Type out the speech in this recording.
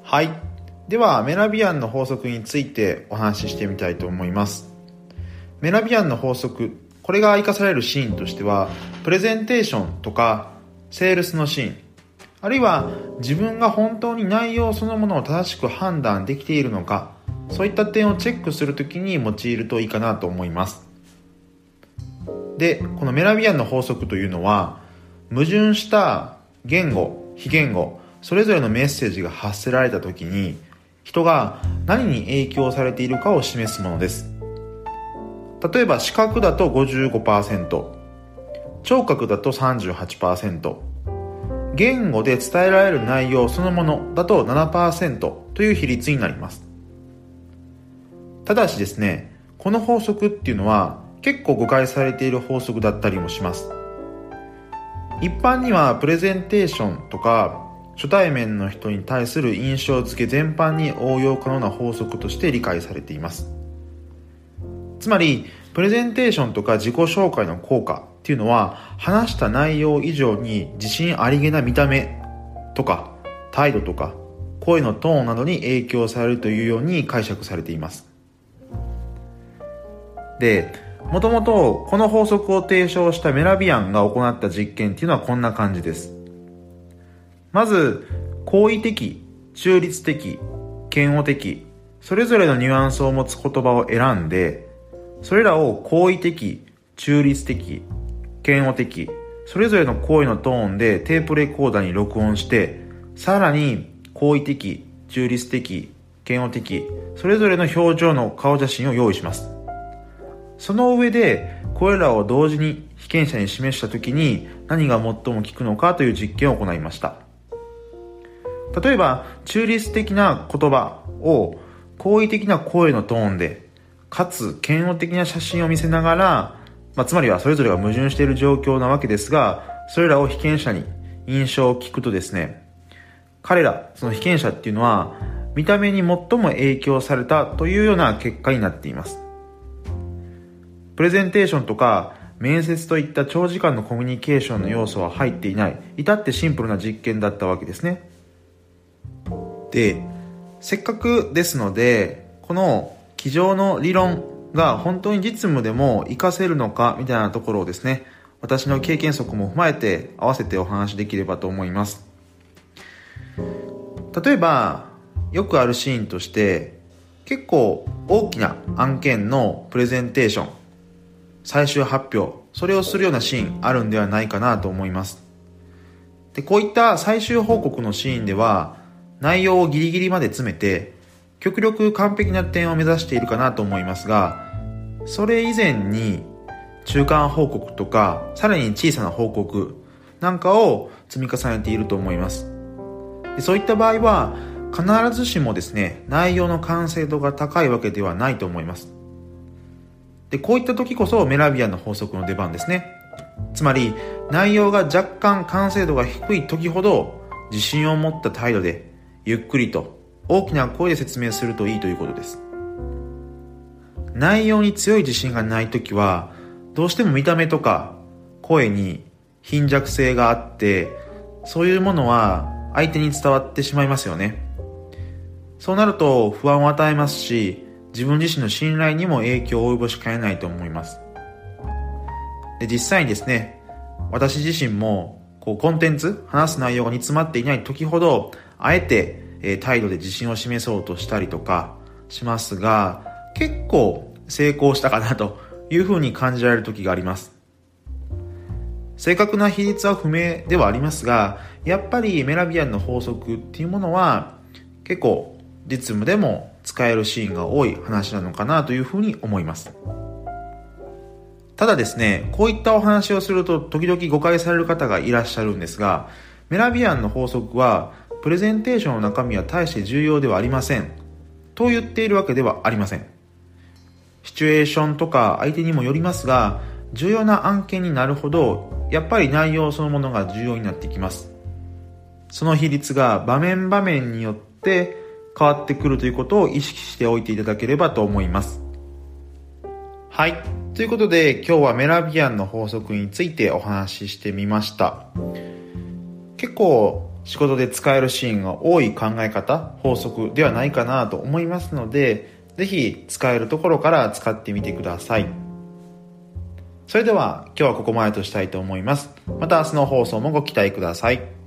はい。では、メラビアンの法則についてお話ししてみたいと思います。メラビアンの法則、これが活かされるシーンとしては、プレゼンテーションとか、セールスのシーン、あるいは自分が本当に内容そのものを正しく判断できているのか、そういった点をチェックするときに用いるといいかなと思います。で、このメラビアンの法則というのは、矛盾した言語、非言語、それぞれのメッセージが発せられたときに、人が何に影響されているかを示すものです。例えば視覚だと 55%、聴覚だと 38%、言語で伝えられる内容そのものだと 7% という比率になります。ただしですね、この法則っていうのは結構誤解されている法則だったりもします。一般にはプレゼンテーションとか初対面の人に対する印象付け全般に応用可能な法則として理解されています。つまりプレゼンテーションとか自己紹介の効果っていうのは、話した内容以上に自信ありげな見た目とか態度とか声のトーンなどに影響されるというように解釈されています。で、もともとこの法則を提唱したメラビアンが行った実験っていうのはこんな感じです。まず、好意的、中立的、嫌悪的、それぞれのニュアンスを持つ言葉を選んで、それらを好意的、中立的、嫌悪的、それぞれの声のトーンでテープレコーダーに録音して、さらに好意的、中立的、嫌悪的、それぞれの表情の顔写真を用意します。その上で、これらを同時に被験者に示したときに何が最も効くのかという実験を行いました。例えば、中立的な言葉を好意的な声のトーンで、かつ嫌悪的な写真を見せながら、つまりはそれぞれが矛盾している状況なわけですが、それらを被験者に印象を聞くとですね、彼ら、その被験者っていうのは、見た目に最も影響されたというような結果になっています。プレゼンテーションとか面接といった長時間のコミュニケーションの要素は入っていない、至ってシンプルな実験だったわけですね。で、せっかくですので、この机上の理論が本当に実務でも活かせるのかみたいなところをですね、私の経験則も踏まえて合わせてお話しできればと思います。例えば、よくあるシーンとして、結構大きな案件のプレゼンテーション、最終発表、それをするようなシーンあるんではないかなと思います。で、こういった最終報告のシーンでは、内容をギリギリまで詰めて、極力完璧な点を目指しているかなと思いますが、それ以前に中間報告とか、さらに小さな報告なんかを積み重ねていると思います。で、そういった場合は、必ずしもですね、内容の完成度が高いわけではないと思います。で、こういった時こそメラビアンの法則の出番ですね。つまり、内容が若干完成度が低い時ほど、自信を持った態度で、ゆっくりと大きな声で説明するといいということです。内容に強い自信がないときは、どうしても見た目とか声に貧弱性があって、そういうものは相手に伝わってしまいますよね。そうなると不安を与えますし、自分自身の信頼にも影響を及ぼしかねないと思います。で、実際にですね、私自身もコンテンツ、話す内容が煮詰まっていない時ほど、あえて態度で自信を示そうとしたりとかしますが、結構成功したかなというふうに感じられる時があります。正確な比率は不明ではありますが、やっぱりメラビアンの法則っていうものは結構実務でも使えるシーンが多い話なのかなというふうに思います。ただですね、こういったお話をすると時々誤解される方がいらっしゃるんですが、メラビアンの法則はプレゼンテーションの中身は大して重要ではありませんと言っているわけではありません。シチュエーションとか相手にもよりますが、重要な案件になるほどやっぱり内容そのものが重要になってきます。その比率が場面場面によって変わってくるということを意識しておいていただければと思います。はい、ということで今日はメラビアンの法則についてお話ししてみました。結構仕事で使えるシーンが多い考え方、法則ではないかなと思いますので、ぜひ使えるところから使ってみてください。それでは今日はここまでとしたいと思います。また明日の放送もご期待ください。